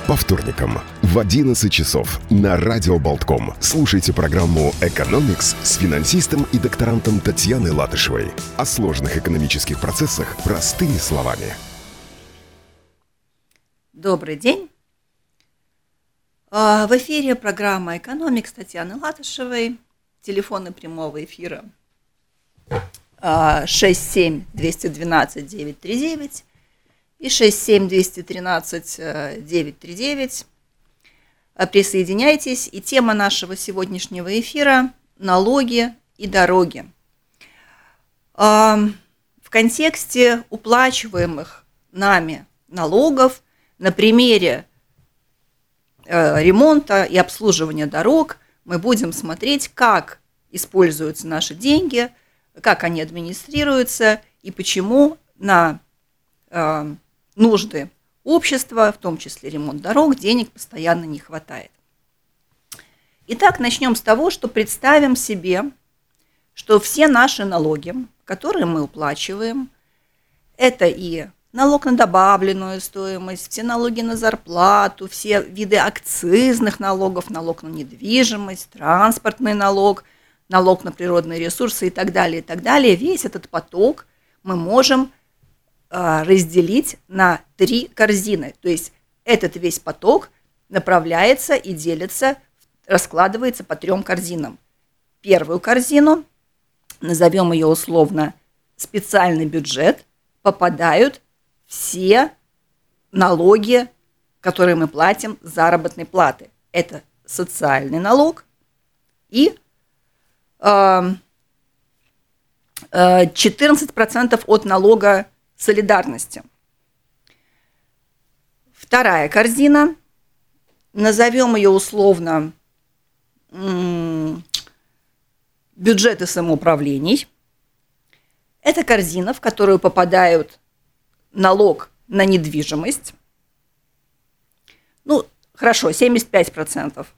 По вторникам в 11 часов на Радио Болтком слушайте программу «Экономикс» с финансистом и докторантом Татьяной Латышевой о сложных экономических процессах простыми словами. Добрый день. В эфире программа «Экономикс» Татьяны Латышевой. Телефоны прямого эфира 67-212-939 и 67-213-939. Присоединяйтесь. И тема нашего сегодняшнего эфира – налоги и дороги. В контексте уплачиваемых нами налогов на примере ремонта и обслуживания дорог мы будем смотреть, как используются наши деньги, как они администрируются и почему на нужды общества, в том числе ремонт дорог, денег постоянно не хватает. Итак, начнем с того, что представим себе, что все наши налоги, которые мы уплачиваем, это и налог на добавленную стоимость, все налоги на зарплату, все виды акцизных налогов, налог на недвижимость, транспортный налог, налог на природные ресурсы и так далее, и так далее. Весь этот поток мы можем разделить на 3 корзины. То есть этот весь поток направляется и делится, раскладывается по 3 корзинам. Первую корзину, назовем ее условно специальный бюджет, попадают все налоги, которые мы платим с заработной платы. Это социальный налог и 14% от налога солидарности. Вторая корзина, назовем ее условно бюджеты самоуправлений. Это корзина, в которую попадают налог на недвижимость. Ну, хорошо, 75%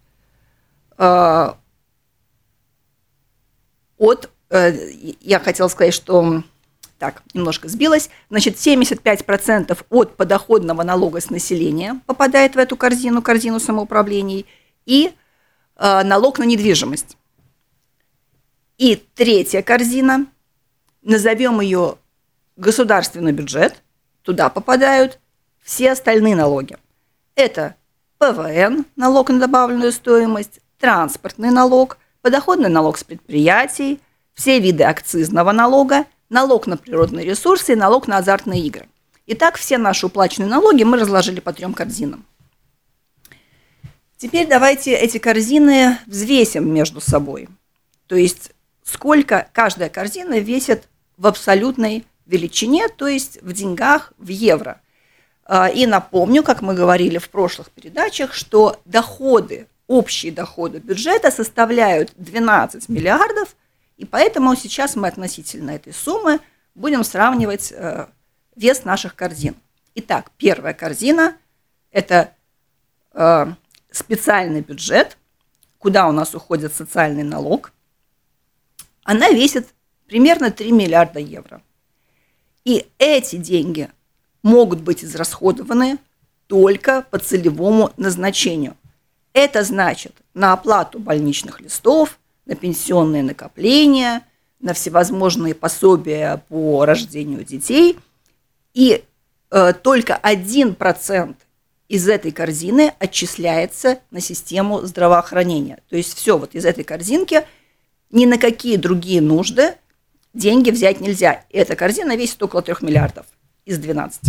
я хотела сказать, что так, немножко сбилась. Значит, 75% от подоходного налога с населения попадает в эту корзину самоуправлений, и налог на недвижимость. И третья корзина, назовем ее государственный бюджет, туда попадают все остальные налоги. Это ПВН, налог на добавленную стоимость, транспортный налог, подоходный налог с предприятий, все виды акцизного налога, налог на природные ресурсы и налог на азартные игры. Итак, все наши уплаченные налоги мы разложили по 3 корзинам. Теперь давайте эти корзины взвесим между собой. То есть, сколько каждая корзина весит в абсолютной величине, то есть в деньгах, в евро. И напомню, как мы говорили в прошлых передачах, что общие доходы бюджета составляют 12 миллиардов, и поэтому сейчас мы относительно этой суммы будем сравнивать вес наших корзин. Итак, первая корзина – это специальный бюджет, куда у нас уходит социальный налог. Она весит примерно 3 миллиарда евро. И эти деньги могут быть израсходованы только по целевому назначению. Это значит на оплату больничных листов, на пенсионные накопления, на всевозможные пособия по рождению детей. И только 1% из этой корзины отчисляется на систему здравоохранения. То есть все вот из этой корзинки ни на какие другие нужды деньги взять нельзя. И эта корзина весит около 3 миллиардов из 12.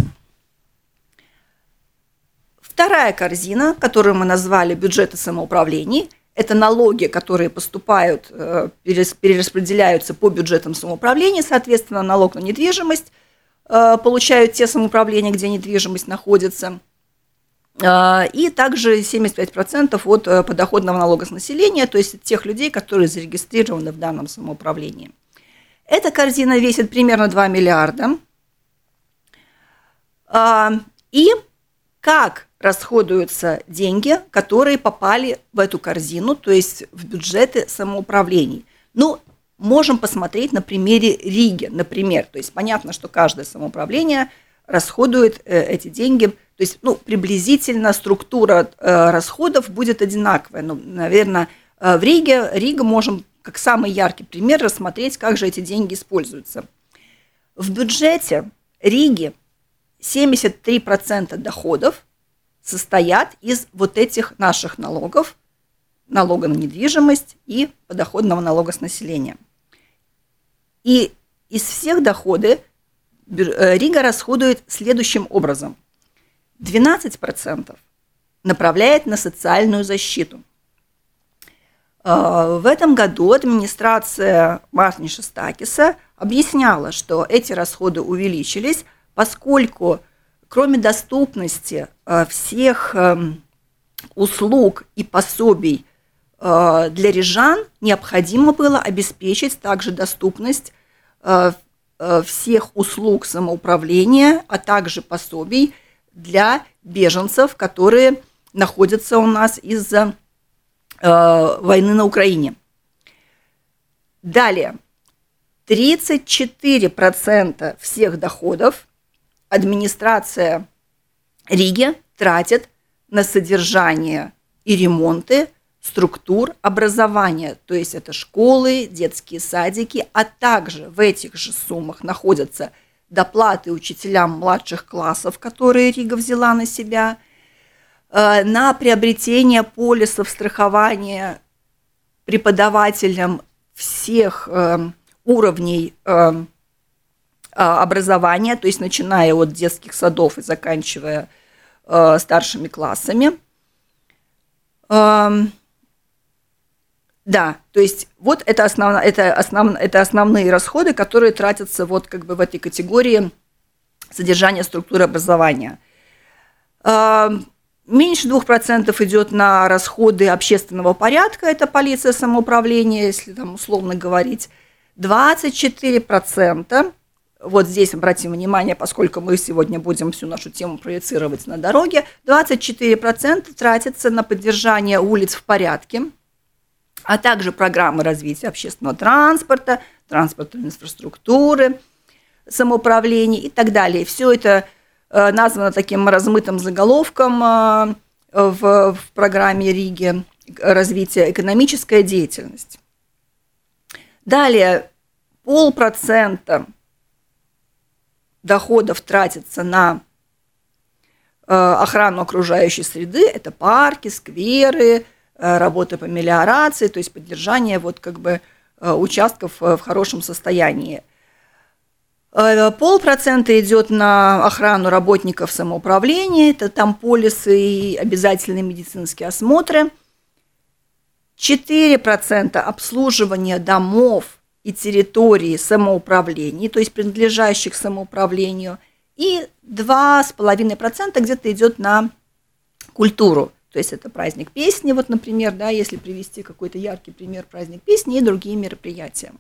Вторая корзина, которую мы назвали бюджеты самоуправлений, это налоги, которые поступают, перераспределяются по бюджетам самоуправлений, соответственно, налог на недвижимость получают те самоуправления, где недвижимость находится, и также 75% от подоходного налога с населения, то есть тех людей, которые зарегистрированы в данном самоуправлении. Эта корзина весит примерно 2 миллиарда. И как расходуются деньги, которые попали в эту корзину, то есть в бюджеты самоуправлений. Ну, можем посмотреть на примере Риги, например. То есть понятно, что каждое самоуправление расходует эти деньги То есть, приблизительно структура расходов будет одинаковая. Наверное, в Рига можем как самый яркий пример рассмотреть, как же эти деньги используются. В бюджете Риги 73% доходов состоят из вот этих наших налогов, налога на недвижимость и подоходного налога с населения. И из всех доходов Рига расходует следующим образом. 12% направляет на социальную защиту. В этом году администрация Мартиниша Стакиса объясняла, что эти расходы увеличились, поскольку кроме доступности всех услуг и пособий для рижан необходимо было обеспечить также доступность всех услуг самоуправления, а также пособий для беженцев, которые находятся у нас из-за войны на Украине. Далее, 34% всех доходов администрация Риги тратит на содержание и ремонты структур образования, то есть это школы, детские садики, а также в этих же суммах находятся доплаты учителям младших классов, которые Рига взяла на себя, на приобретение полисов страхования преподавателям всех уровней образования, то есть начиная от детских садов и заканчивая старшими классами. Да, то есть вот это основные расходы, которые тратятся вот как бы в этой категории содержания структуры образования. Меньше 2% идет на расходы общественного порядка, это полиция, самоуправление, если там условно говорить. 24%, вот здесь обратим внимание, поскольку мы сегодня будем всю нашу тему проецировать на дороге, 24% тратится на поддержание улиц в порядке, а также программы развития общественного транспорта, транспортной инфраструктуры, самоуправления и так далее. Все это названо таким размытым заголовком в программе Риги «Развитие экономическая деятельность». Далее 0,5% доходов тратится на охрану окружающей среды, это парки, скверы, работа по мелиорации, то есть поддержание вот как бы участков в хорошем состоянии. 0,5% идет на охрану работников самоуправления, это там полисы и обязательные медицинские осмотры. 4% обслуживания домов и территории самоуправления, то есть принадлежащих самоуправлению, и 2,5% где-то идет на культуру. То есть это праздник песни, вот, например, да, если привести какой-то яркий пример, праздник песни и другие мероприятия.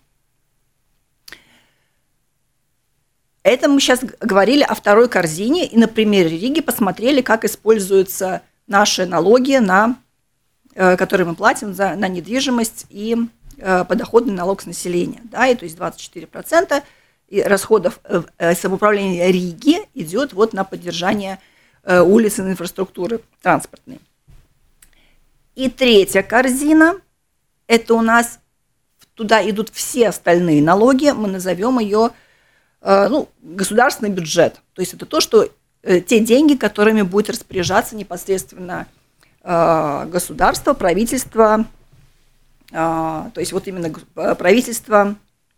Это мы сейчас говорили о второй корзине, и на примере Риги посмотрели, как используются наши налоги, которые мы платим на недвижимость и подоходный налог с населения. Да, и то есть 24% расходов самоуправления Риги идет вот на поддержание улиц и инфраструктуры транспортной. И третья корзина, это у нас туда идут все остальные налоги, мы назовем ее государственный бюджет. То есть это те деньги, которыми будет распоряжаться непосредственно государство, правительство, то есть вот именно правительство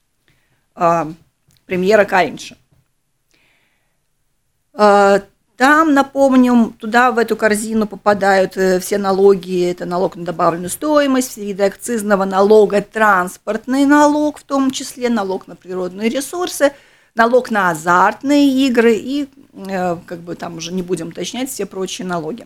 премьера Каринша. Там, напомним, туда в эту корзину попадают все налоги, это налог на добавленную стоимость, все виды акцизного налога, транспортный налог, в том числе налог на природные ресурсы, налог на азартные игры и, как бы там уже не будем уточнять, все прочие налоги.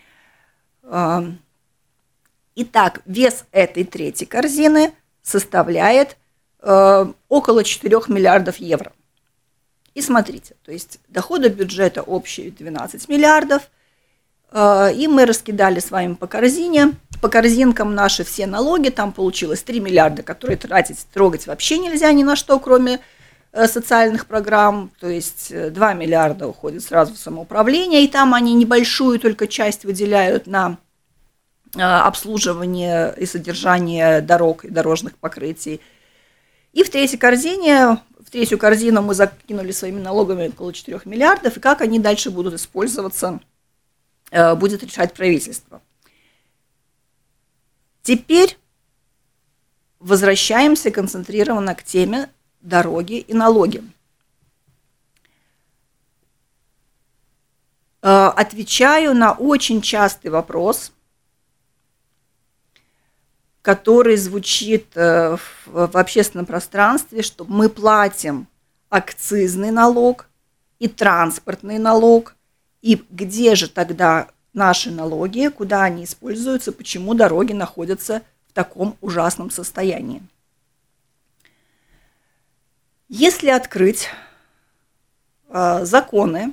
Итак, вес этой третьей корзины составляет около 4 миллиардов евро. И смотрите, то есть доходы бюджета общие 12 миллиардов, и мы раскидали с вами по корзине, по корзинкам наши все налоги, там получилось 3 миллиарда, которые трогать вообще нельзя ни на что, кроме социальных программ, то есть 2 миллиарда уходит сразу в самоуправление, и там они небольшую только часть выделяют на обслуживание и содержание дорог и дорожных покрытий. И в третью корзину мы закинули своими налогами около 4 миллиардов, и как они дальше будут использоваться, будет решать правительство. Теперь возвращаемся концентрированно к теме дороги и налоги. Отвечаю на очень частый вопрос, который звучит в общественном пространстве, что мы платим акцизный налог и транспортный налог, и где же тогда наши налоги, куда они используются, почему дороги находятся в таком ужасном состоянии. Если открыть законы,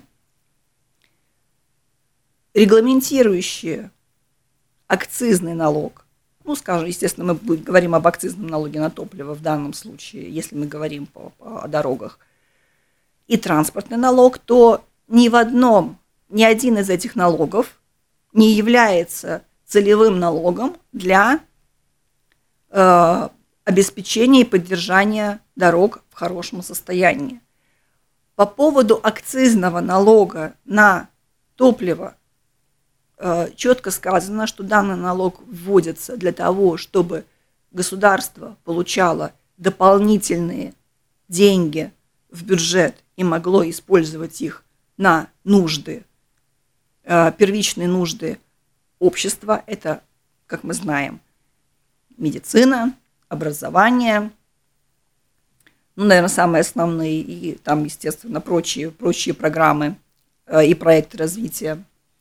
регламентирующие акцизный налог, скажем, естественно, мы говорим об акцизном налоге на топливо в данном случае, если мы говорим о дорогах, и транспортный налог, то ни один из этих налогов не является целевым налогом для обеспечения и поддержания дорог в хорошем состоянии. По поводу акцизного налога на топливо четко сказано, что данный налог вводится для того, чтобы государство получало дополнительные деньги в бюджет и могло использовать их на нужды, первичные нужды общества. Это, как мы знаем, медицина, образование, наверное, самые основные, и там, естественно, прочие программы и проекты развития.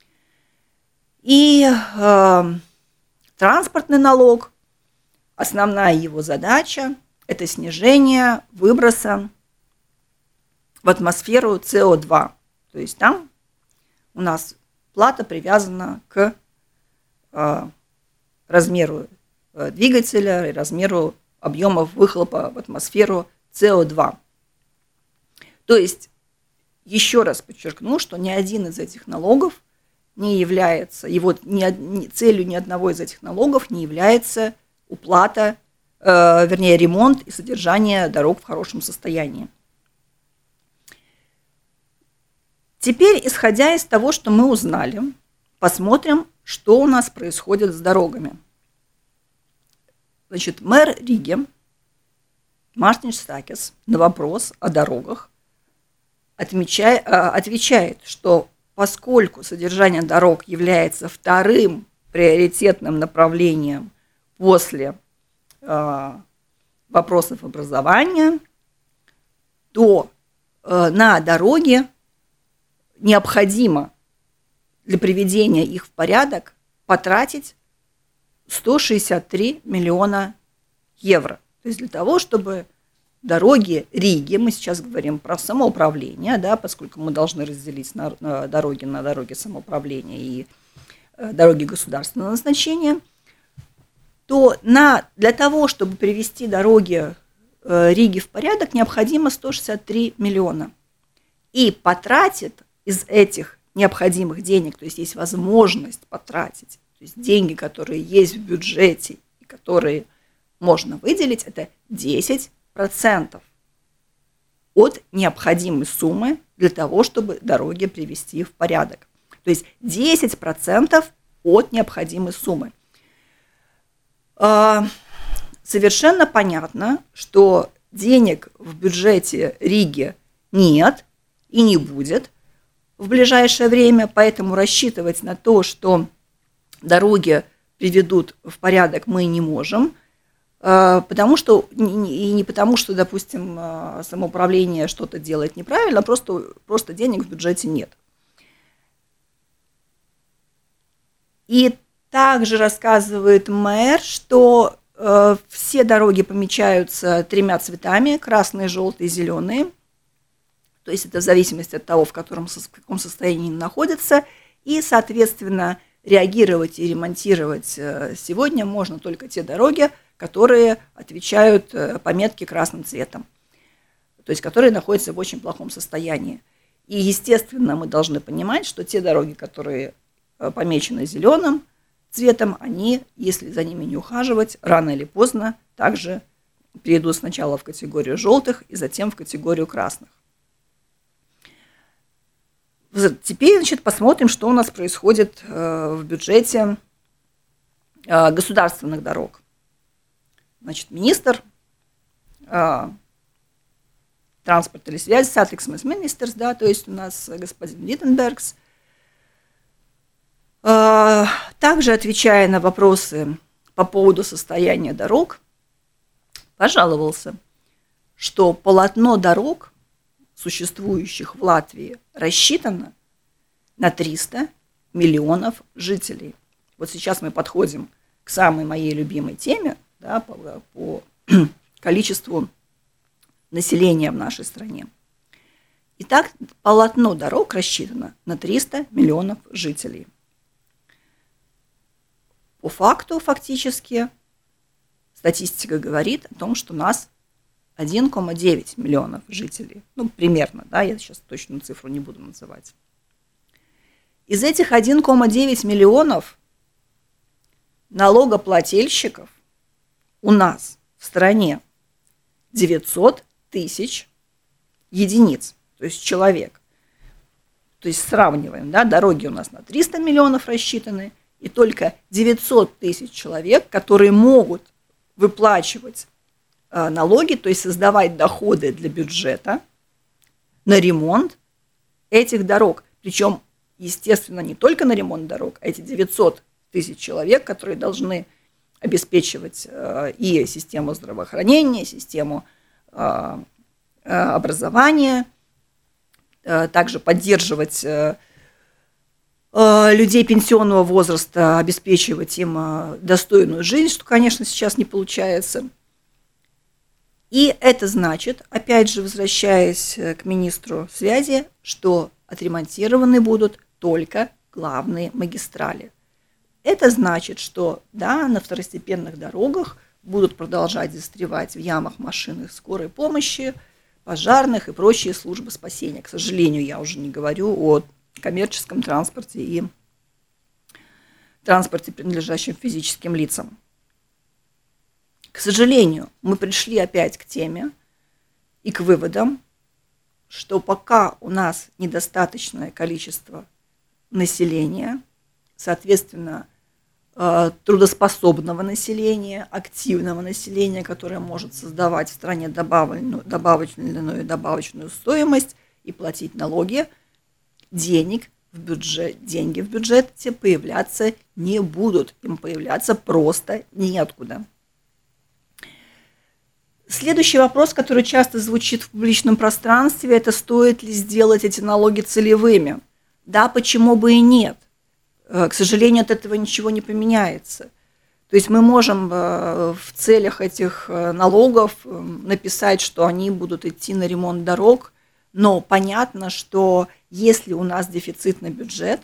И транспортный налог, основная его задача – это снижение выброса в атмосферу СО2. То есть там у нас плата привязана к размеру двигателя и размеру объемов выхлопа в атмосферу СО2. То есть, еще раз подчеркну, что ни один из этих налогов не является, целью ни одного из этих налогов не является уплата, ремонт и содержание дорог в хорошем состоянии. Теперь, исходя из того, что мы узнали, посмотрим, что у нас происходит с дорогами. Значит, мэр Риги Мартинš Stakis на вопрос о дорогах отвечает, что поскольку содержание дорог является вторым приоритетным направлением после вопросов образования, то на дороге необходимо для приведения их в порядок потратить 163 миллиона евро. То есть для того, чтобы дороги Риги, мы сейчас говорим про самоуправление, да, поскольку мы должны разделить дороги на дороги самоуправления и дороги государственного назначения, то для того, чтобы привести дороги Риги в порядок, необходимо 163 миллиона. И потратит из этих необходимых денег, то есть есть возможность потратить, то есть деньги, которые есть в бюджете и которые можно выделить, это 10% от необходимой суммы для того, чтобы дороги привести в порядок. То есть 10% от необходимой суммы. Совершенно понятно, что денег в бюджете Риги нет и не будет в ближайшее время, поэтому рассчитывать на то, что дороги приведут в порядок, мы не можем, потому что, и не потому, что, допустим, самоуправление что-то делает неправильно, просто денег в бюджете нет. И также рассказывает мэр, что все дороги помечаются 3 цветами: красные, желтые, зеленые. То есть это в зависимости от того, в каком состоянии они находятся. И, соответственно, реагировать и ремонтировать сегодня можно только те дороги, которые отвечают пометке красным цветом. то есть которые находятся в очень плохом состоянии. И, естественно, мы должны понимать, что те дороги, которые помечены зеленым цветом, они, если за ними не ухаживать, рано или поздно также перейдут сначала в категорию желтых и затем в категорию красных. Теперь, посмотрим, что у нас происходит в бюджете государственных дорог. Министр транспорта или связи, сатиксмес-министерс, то есть у нас господин Виттенбергс, также отвечая на вопросы по поводу состояния дорог, пожаловался, что полотно дорог, существующих в Латвии, рассчитано на 300 миллионов жителей. Вот сейчас мы подходим к самой моей любимой теме, по количеству населения в нашей стране. Итак, полотно дорог рассчитано на 300 миллионов жителей. По факту, фактически, статистика говорит о том, что у нас 1,9 миллионов жителей. Примерно, я сейчас точную цифру не буду называть. Из этих 1,9 миллионов налогоплательщиков у нас в стране 900 тысяч единиц, то есть человек. То есть сравниваем, дороги у нас на 300 миллионов рассчитаны, и только 900 тысяч человек, которые могут выплачивать налоги, то есть создавать доходы для бюджета на ремонт этих дорог. Причем, естественно, не только на ремонт дорог, а эти 900 тысяч человек, которые должны обеспечивать и систему здравоохранения, систему образования, также поддерживать людей пенсионного возраста, обеспечивать им достойную жизнь, что, конечно, сейчас не получается. И это значит, опять же, возвращаясь к министру связи, что отремонтированы будут только главные магистрали. Это значит, что на второстепенных дорогах будут продолжать застревать в ямах машины скорой помощи, пожарных и прочие службы спасения. К сожалению, я уже не говорю о коммерческом транспорте и транспорте, принадлежащем физическим лицам. К сожалению, мы пришли опять к теме и к выводам, что пока у нас недостаточное количество населения, соответственно, трудоспособного населения, активного населения, которое может создавать в стране добавочную стоимость и платить налоги, деньги в бюджете появляться не будут. Им появляться просто неоткуда. Следующий вопрос, который часто звучит в публичном пространстве, это стоит ли сделать эти налоги целевыми? Да, почему бы и нет? К сожалению, от этого ничего не поменяется. То есть мы можем в целях этих налогов написать, что они будут идти на ремонт дорог, но понятно, что если у нас дефицитный бюджет,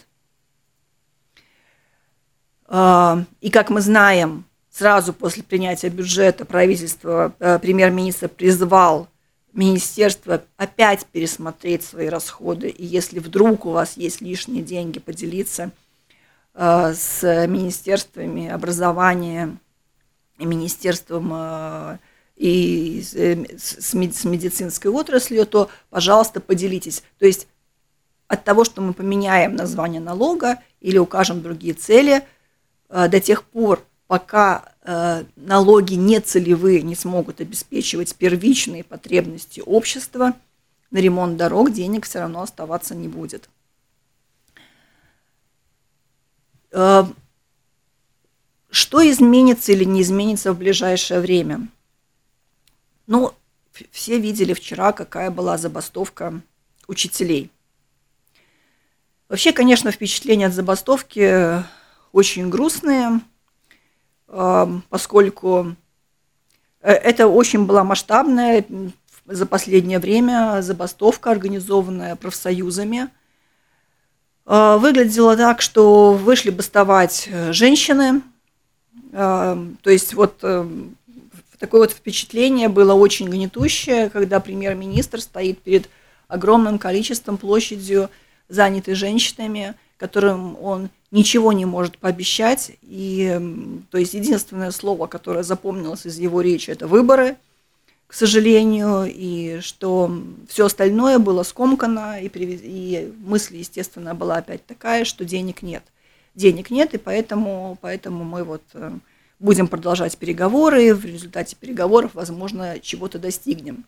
и, как мы знаем, сразу после принятия бюджета правительство, премьер-министр призвал министерство опять пересмотреть свои расходы, и если вдруг у вас есть лишние деньги, поделиться с министерствами образования, министерством и с медицинской отраслью, то, пожалуйста, поделитесь. То есть от того, что мы поменяем название налога или укажем другие цели, до тех пор, пока налоги не целевые, не смогут обеспечивать первичные потребности общества, на ремонт дорог денег все равно оставаться не будет. Что изменится или не изменится в ближайшее время? Все видели вчера, какая была забастовка учителей. Вообще, конечно, впечатления от забастовки очень грустные, поскольку это очень была масштабная за последнее время забастовка, организованная профсоюзами. Выглядело так, что вышли бастовать женщины, то есть такое вот впечатление было очень гнетущее, когда премьер-министр стоит перед огромным количеством площадью, занятой женщинами, которым он ничего не может пообещать. И, то есть, единственное слово, которое запомнилось из его речи, это выборы, к сожалению, и что все остальное было скомкано, и мысль, естественно, была опять такая, что денег нет. Денег нет, и поэтому мы вот будем продолжать переговоры, в результате переговоров, возможно, чего-то достигнем.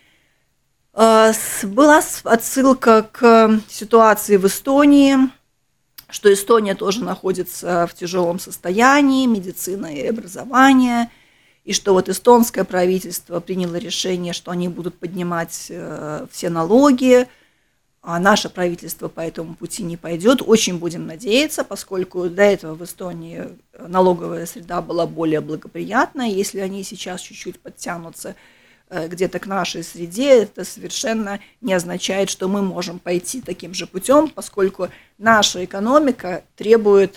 Была отсылка к ситуации в Эстонии, что Эстония тоже находится в тяжелом состоянии, медицина и образование, и что вот эстонское правительство приняло решение, что они будут поднимать все налоги, а наше правительство по этому пути не пойдет. Очень будем надеяться, поскольку до этого в Эстонии налоговая среда была более благоприятная. Если они сейчас чуть-чуть подтянутся где-то к нашей среде, это совершенно не означает, что мы можем пойти таким же путем, поскольку наша экономика требует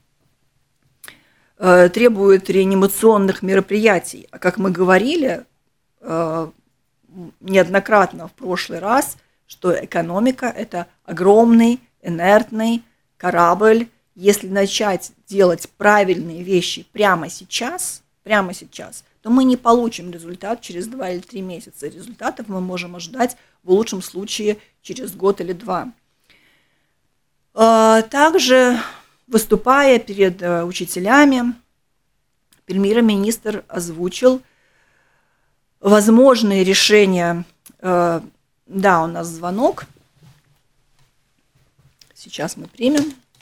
реанимационных мероприятий. А как мы говорили неоднократно в прошлый раз, что экономика – это огромный, инертный корабль. Если начать делать правильные вещи прямо сейчас, то мы не получим результат через 2 или 3 месяца. Результатов мы можем ожидать в лучшем случае через год или 2. Также, выступая перед учителями, премьер-министр озвучил возможные решения. Да, у нас звонок. Сейчас мы примем.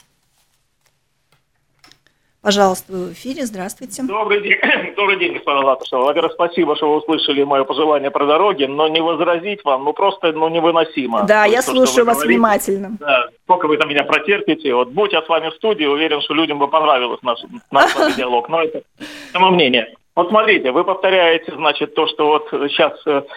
Пожалуйста, вы в эфире. Здравствуйте. Добрый день, господин Латышева. Во-первых, спасибо, что вы услышали мое пожелание про дороги, но не возразить вам, просто невыносимо. Да, я слушаю вас внимательно. Да, сколько вы там меня протерпите. Вот будь я с вами в студии, уверен, что людям бы понравилось наш диалог. Но это само мнение. Вот смотрите, вы повторяете, значит, то, что вот сейчас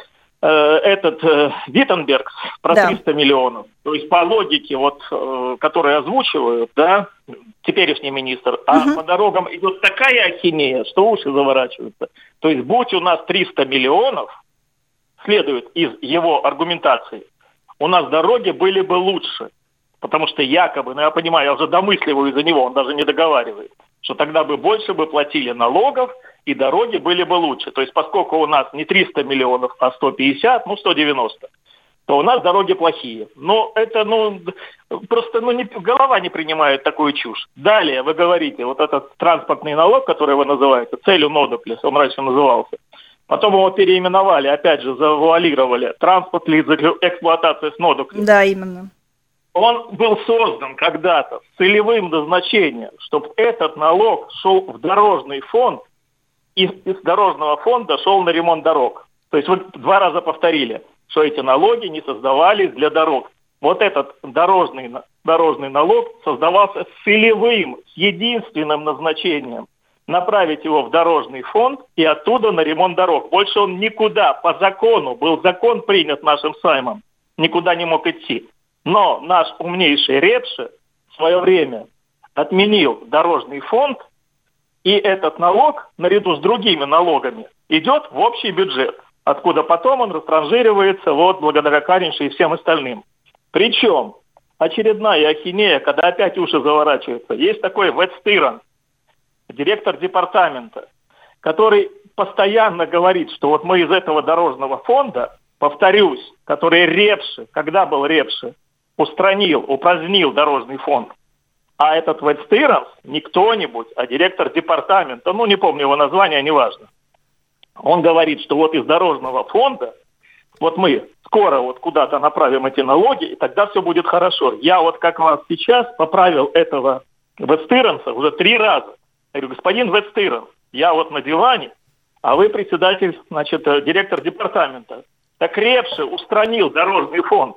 Виттенберг про 300 миллионов. То есть по логике, вот, которую озвучивают, да, теперешний министр, по дорогам идет такая ахинея, что уши заворачиваются. То есть будь у нас 300 миллионов, следует из его аргументации, у нас дороги были бы лучше. Потому что якобы, я понимаю, я уже домысливаю из-за него, он даже не договаривает, что тогда бы больше бы платили налогов, и дороги были бы лучше. То есть поскольку у нас не 300 миллионов, а 150, 190, то у нас дороги плохие. Но это, просто голова не принимает такую чушь. Далее вы говорите, вот этот транспортный налог, который вы называете, целью Нодоплес, он раньше назывался, потом его переименовали, опять же, завуалировали, транспорт ли эксплуатация с Нодоплес. Да, именно. Он был создан когда-то с целевым назначением, чтобы этот налог шел в дорожный фонд, и из дорожного фонда шел на ремонт дорог. То есть вы 2 раза повторили, что эти налоги не создавались для дорог. Вот этот дорожный налог создавался с целевым, с единственным назначением направить его в дорожный фонд и оттуда на ремонт дорог. Больше он никуда, по закону, был закон принят нашим Саймом, никуда не мог идти. Но наш умнейший Репше в свое время отменил дорожный фонд, и этот налог, наряду с другими налогами, идет в общий бюджет, откуда потом он растранжиривается благодаря Каринше и всем остальным. Причем очередная ахинея, когда опять уши заворачиваются. Есть такой Ветстиран, директор департамента, который постоянно говорит, что вот мы из этого дорожного фонда, повторюсь, который Репше, когда был Репше, упразднил дорожный фонд. А этот Ветстиранс не кто-нибудь, а директор департамента, не помню его название, неважно. Он говорит, что вот из дорожного фонда мы скоро куда-то направим эти налоги, и тогда все будет хорошо. Я как вас сейчас поправил этого Ветстиранса уже 3 раза. Я говорю, господин Ветстиранс, я на диване, а вы председатель, директор департамента. Так Репше устранил дорожный фонд.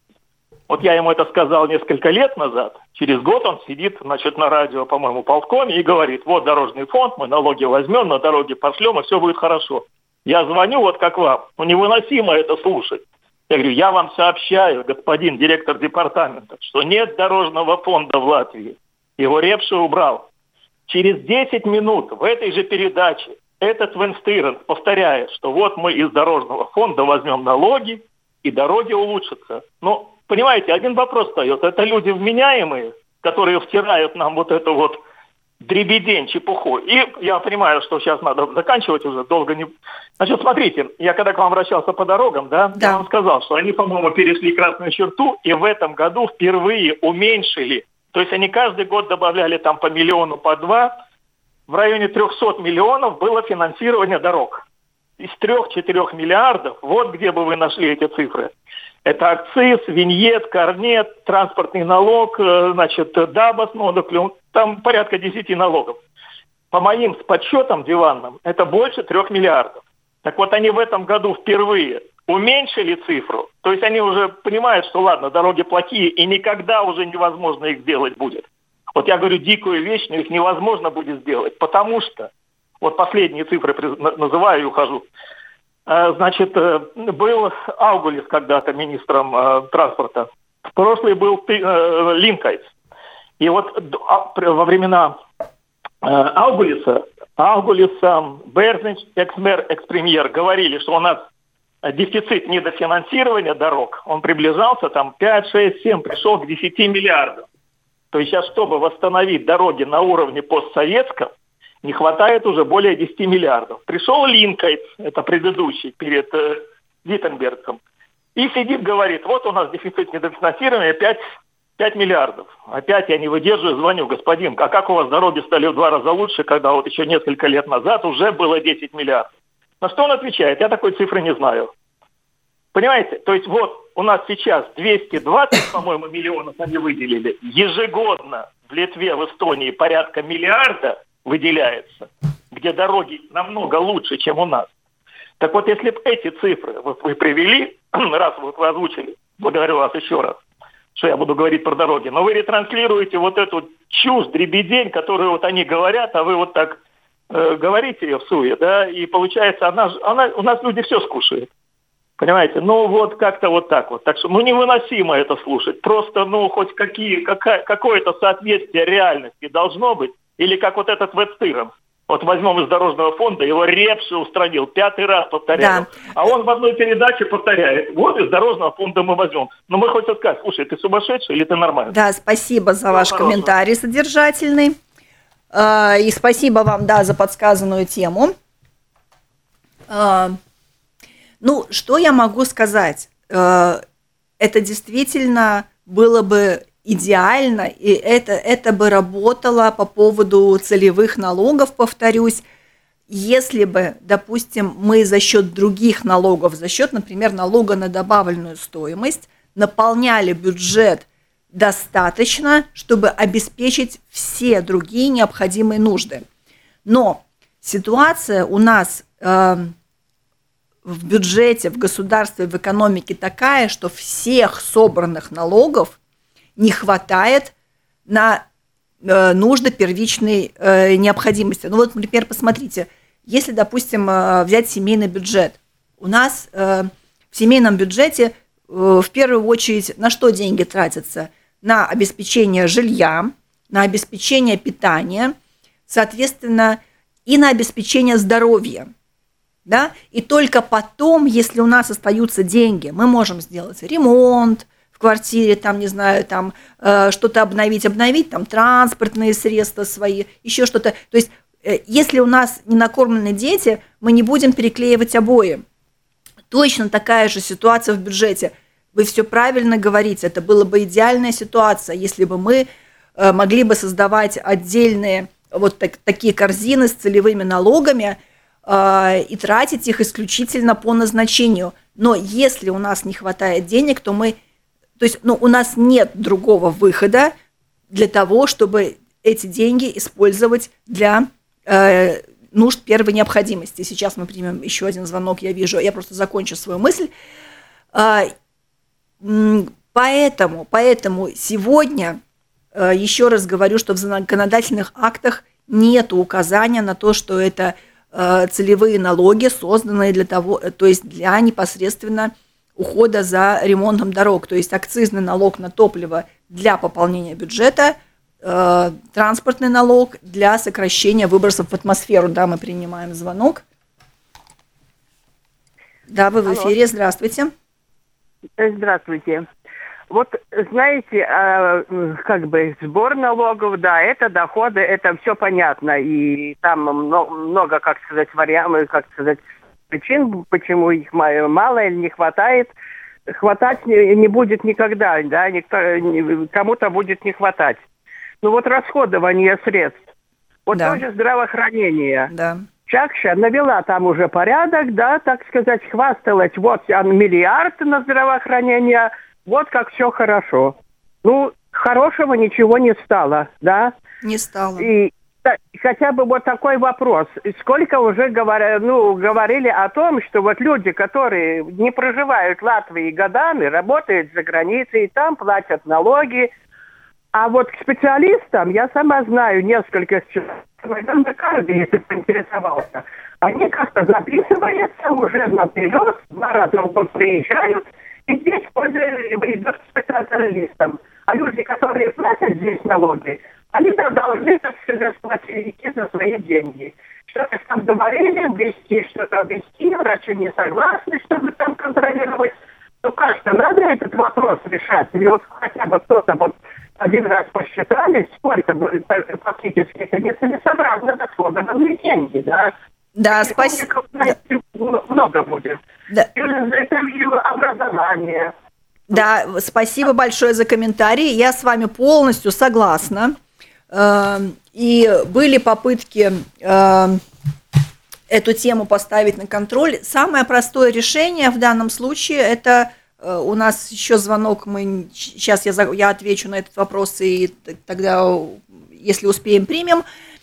Я ему это сказал несколько лет назад. Через год он сидит, на радио, по-моему, Полткоме и говорит, вот дорожный фонд, мы налоги возьмем, на дороги пошлем, и все будет хорошо. Я звоню как вам. Невыносимо это слушать. Я говорю, я вам сообщаю, господин директор департамента, что нет дорожного фонда в Латвии. Его Репше убрал. Через 10 минут в этой же передаче этот Венстырен повторяет, что вот мы из дорожного фонда возьмем налоги, и дороги улучшатся. Но, понимаете, один вопрос встает. Это люди вменяемые, которые втирают нам вот эту вот дребедень, чепуху. И я понимаю, что сейчас надо заканчивать уже, долго не... Значит, смотрите, я когда к вам обращался по дорогам, да. Я вам сказал, что они, по-моему, перешли красную черту, и в этом году впервые уменьшили. То есть они каждый год добавляли там по миллиону, по два. В районе 300 миллионов было финансирование дорог. Из 3-4 миллиардов, вот где бы вы нашли эти цифры. Это акциз, виньет, корнет, транспортный налог, значит, ДАБОС, там порядка 10 налогов. По моим подсчетам диванным, это больше 3 миллиардов. Так вот, они в этом году впервые уменьшили цифру. То есть они уже понимают, что ладно, дороги плохие, и никогда уже невозможно их сделать будет. Вот я говорю дикую вещь, но их невозможно будет сделать, потому что, вот последние цифры называю и ухожу. Значит, был Аугулис когда-то министром транспорта. В прошлый был Линкайц. И вот во времена Аугулиса, Берзинч, экс-мэр, экс-премьер говорили, что у нас дефицит недофинансирования дорог, он приближался там 5, 6, 7, пришел к 10 миллиардам. То есть сейчас, чтобы восстановить дороги на уровне постсоветском, не хватает уже более 10 миллиардов. Пришел Линкайц, это предыдущий, перед Виттенбергом, и сидит, говорит, вот у нас дефицит недофинансирования 5 миллиардов. Опять я не выдерживаю, звоню, господин, а как у вас дороги стали в 2 раза лучше, когда вот еще несколько лет назад уже было 10 миллиардов? На что он отвечает? Я такой цифры не знаю. Понимаете? То есть вот у нас сейчас 220, по-моему, миллионов они выделили. Ежегодно в Литве, в Эстонии порядка миллиарда выделяется, где дороги намного лучше, чем у нас. Так вот, если бы эти цифры вот вы привели, раз вот вы озвучили, благодарю вас еще раз, что я буду говорить про дороги, но вы ретранслируете вот эту чушь, дребедень, которую вот они говорят, а вы вот так говорите ее в суе, да, и получается, она у нас люди все скушают. Понимаете? Ну, вот как-то вот так вот. Так что, невыносимо это слушать. Просто, хоть какое-то соответствие реальности должно быть. Или как вот этот Венстырен. Вот возьмем из дорожного фонда, его Репши устранил, 5-й раз повторяю. Да. А он в одной передаче повторяет, вот из дорожного фонда мы возьмем. Но мы хотим сказать, слушай, ты сумасшедший или ты нормальный? Да, спасибо за ваш комментарий содержательный. И спасибо вам, да, за подсказанную тему. Что я могу сказать? Это действительно было бы идеально, и это бы работало по поводу целевых налогов, повторюсь, если бы, допустим, мы за счет других налогов, за счет, например, налога на добавленную стоимость, наполняли бюджет достаточно, чтобы обеспечить все другие необходимые нужды. Но ситуация у нас в бюджете, в государстве, в экономике такая, что всех собранных налогов не хватает на нужды первичной необходимости. Вот, например, посмотрите, если, допустим, взять семейный бюджет, у нас в семейном бюджете в первую очередь на что деньги тратятся? На обеспечение жилья, на обеспечение питания, соответственно, и на обеспечение здоровья. Да? И только потом, если у нас остаются деньги, мы можем сделать ремонт в квартире, там, не знаю, там что-то обновить, там транспортные средства свои, еще что-то. То есть, если у нас не накормлены дети, мы не будем переклеивать обои. Точно такая же ситуация в бюджете. Вы все правильно говорите, это была бы идеальная ситуация, если бы мы могли бы создавать отдельные вот такие корзины с целевыми налогами, и тратить их исключительно по назначению. Но если у нас не хватает денег, то у нас нет другого выхода для того, чтобы эти деньги использовать для нужд первой необходимости. Сейчас мы примем еще один звонок, я вижу, я просто закончу свою мысль. Поэтому сегодня, еще раз говорю, что в законодательных актах нет указания на то, что это целевые налоги, созданные для того, то есть для непосредственно ухода за ремонтом дорог. То есть акцизный налог на топливо для пополнения бюджета транспортный налог для сокращения выбросов в атмосферу. Да, мы принимаем звонок. Да, вы в эфире, здравствуйте. Здравствуйте. Вот, знаете, сбор налогов, да, это доходы, это все понятно. И там много, причин, почему их мало или не хватает. Хватать не будет никогда, да, кому-то будет не хватать. Ну вот расходование средств. Вот да. тоже здравоохранение. Да. Чакша навела там уже порядок, да, так сказать, хвасталась, вот миллиард на здравоохранение, вот как все хорошо. Ну, хорошего ничего не стало, да? Не стало. И хотя бы вот такой вопрос. Сколько уже говорили о том, что вот люди, которые не проживают в Латвии годами, работают за границей, там платят налоги, а вот к специалистам, я сама знаю несколько человек, на каждый, если поинтересовался, они как-то записываются уже наперед, 2 раза в год приезжают, и здесь идут к специалистам. А люди, которые платят здесь налоги, они должны, так сказать, идти за свои деньги. Что-то там говорили, что-то вести, врачи не согласны, чтобы там контролировать. Ну как-то надо этот вопрос решать. Или вот хотя бы кто-то вот один раз посчитали, сколько фактически это нецелесообразно расходованные деньги, да? Да, спасибо. Много будет. Да. Это образование. Да, спасибо большое за комментарий. Я с вами полностью согласна. И были попытки эту тему поставить на контроль. Самое простое решение в данном случае – это у нас еще звонок. Сейчас я отвечу на этот вопрос, и тогда, если успеем, примем.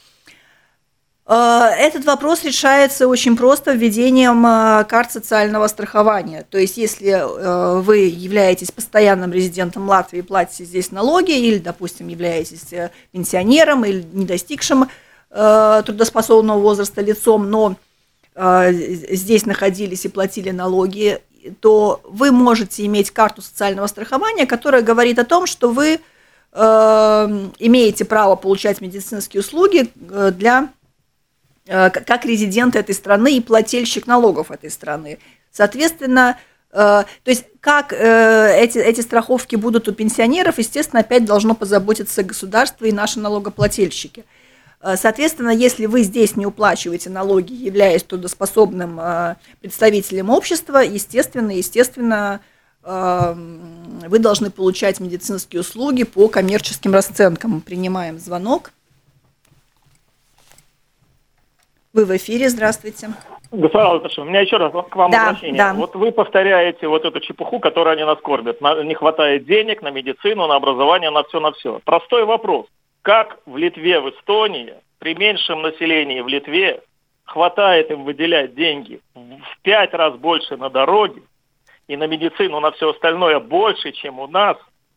Этот вопрос решается очень просто введением карт социального страхования. То есть, если вы являетесь постоянным резидентом Латвии, платите здесь налоги, или, допустим, являетесь пенсионером или не достигшим трудоспособного возраста лицом, но здесь находились и платили налоги, то вы можете иметь карту социального страхования, которая говорит о том, что вы имеете право получать медицинские услуги как резидент этой страны и плательщик налогов этой страны. Соответственно, то есть как эти страховки будут у пенсионеров, естественно, опять должно позаботиться государство и наши налогоплательщики. Соответственно, если вы здесь не уплачиваете налоги, являясь трудоспособным представителем общества, естественно, вы должны получать медицинские услуги по коммерческим расценкам. Мы принимаем звонок. Вы в эфире, здравствуйте. Господин Латыш, у меня еще раз к вам обращение. Да. Вот вы повторяете вот эту чепуху, которую они нас кормят. Не хватает денег на медицину, на образование, на все. Простой вопрос. Как в Литве, в Эстонии, при меньшем населении в Литве, хватает им выделять деньги в 5 раз больше на дороги и на медицину, на все остальное больше, чем у нас,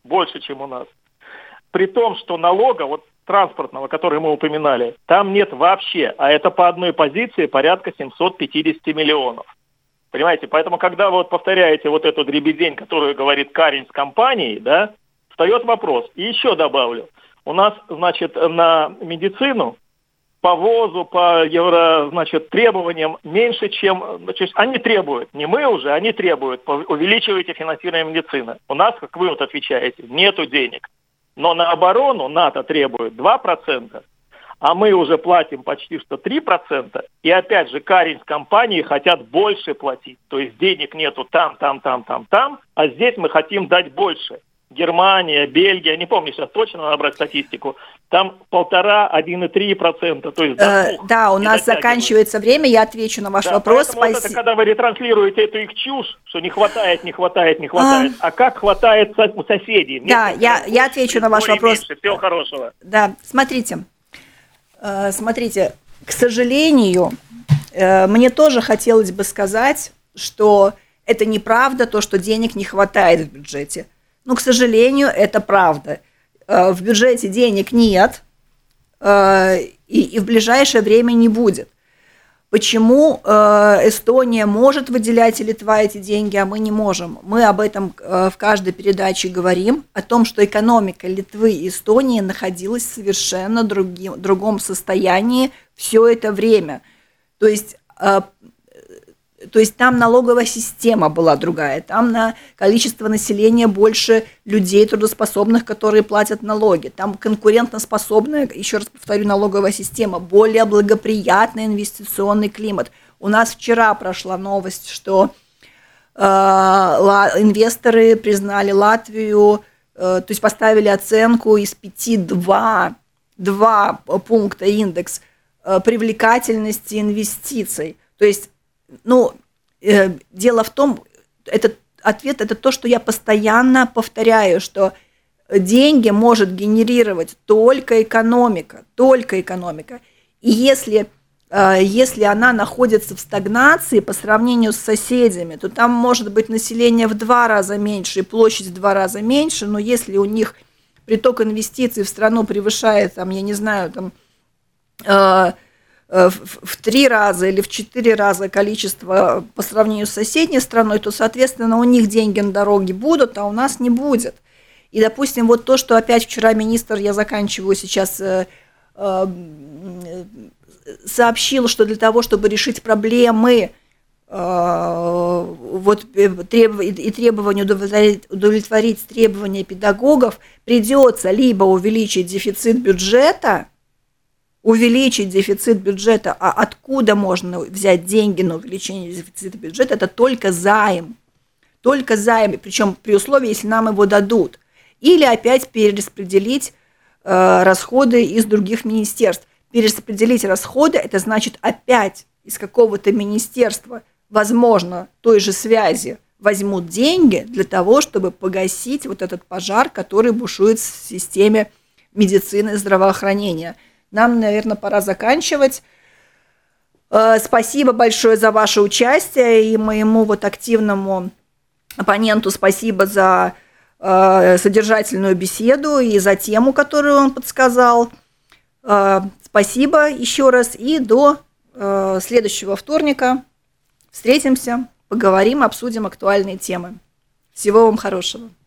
при том, что налога, вот транспортного, который мы упоминали, там нет вообще, а это по одной позиции порядка 750 миллионов. Понимаете, поэтому, когда вы вот повторяете вот эту дребедень, которую говорит Карин с компанией, да, встает вопрос. И еще добавлю. У нас, значит, на медицину по ВОЗу, по требованиям меньше, чем... Значит, они требуют, не мы уже, они требуют, увеличивайте финансирование медицины. У нас, как вы вот отвечаете, нету денег. Но на оборону НАТО требует 2%, а мы уже платим почти что 3%. И опять же, Карин с компанией хотят больше платить. То есть денег нету там, а здесь мы хотим дать больше. Германия, Бельгия, не помню сейчас точно, надо брать статистику, там 1,5-1,3%. То есть да, у нас заканчивается время, я отвечу на ваш вопрос. Вот это, когда вы ретранслируете эту их чушь, что не хватает, а как хватает у соседей? Да, я отвечу на ваш вопрос. Меньше, всего хорошего. Да, смотрите, к сожалению, мне тоже хотелось бы сказать, что это неправда, то, что денег не хватает в бюджете. Но, к сожалению, это правда. В бюджете денег нет, и в ближайшее время не будет. Почему Эстония может выделять и Литва эти деньги, а мы не можем? Мы об этом в каждой передаче говорим, о том, что экономика Литвы и Эстонии находилась в совершенно другом состоянии все это время. То есть там налоговая система была другая, там на количество населения больше людей трудоспособных, которые платят налоги, там конкурентоспособная, еще раз повторю, налоговая система, более благоприятный инвестиционный климат. У нас вчера прошла новость, что инвесторы признали Латвию, то есть поставили оценку из 5 2 пункта индекс привлекательности инвестиций. То есть дело в том, этот ответ – это то, что я постоянно повторяю, что деньги может генерировать только экономика. И если она находится в стагнации по сравнению с соседями, то там может быть население в 2 раза меньше и площадь в 2 раза меньше, но если у них приток инвестиций в страну превышает, в 3 раза или в 4 раза количество по сравнению с соседней страной, то, соответственно, у них деньги на дороге будут, а у нас не будет. И, допустим, вот то, что опять вчера министр, я заканчиваю сейчас, сообщил, что для того, чтобы решить проблемы требования удовлетворить требования педагогов, придется либо увеличить дефицит бюджета, а откуда можно взять деньги на увеличение дефицита бюджета? Это только займ, причем при условии, если нам его дадут. Или опять перераспределить расходы из других министерств. Перераспределить расходы, это значит опять из какого-то министерства, возможно, той же связи, возьмут деньги для того, чтобы погасить вот этот пожар, который бушует в системе медицины и здравоохранения. Нам, наверное, пора заканчивать. Спасибо большое за ваше участие, и моему активному оппоненту спасибо за содержательную беседу и за тему, которую он подсказал. Спасибо еще раз, и до следующего вторника встретимся, поговорим, обсудим актуальные темы. Всего вам хорошего.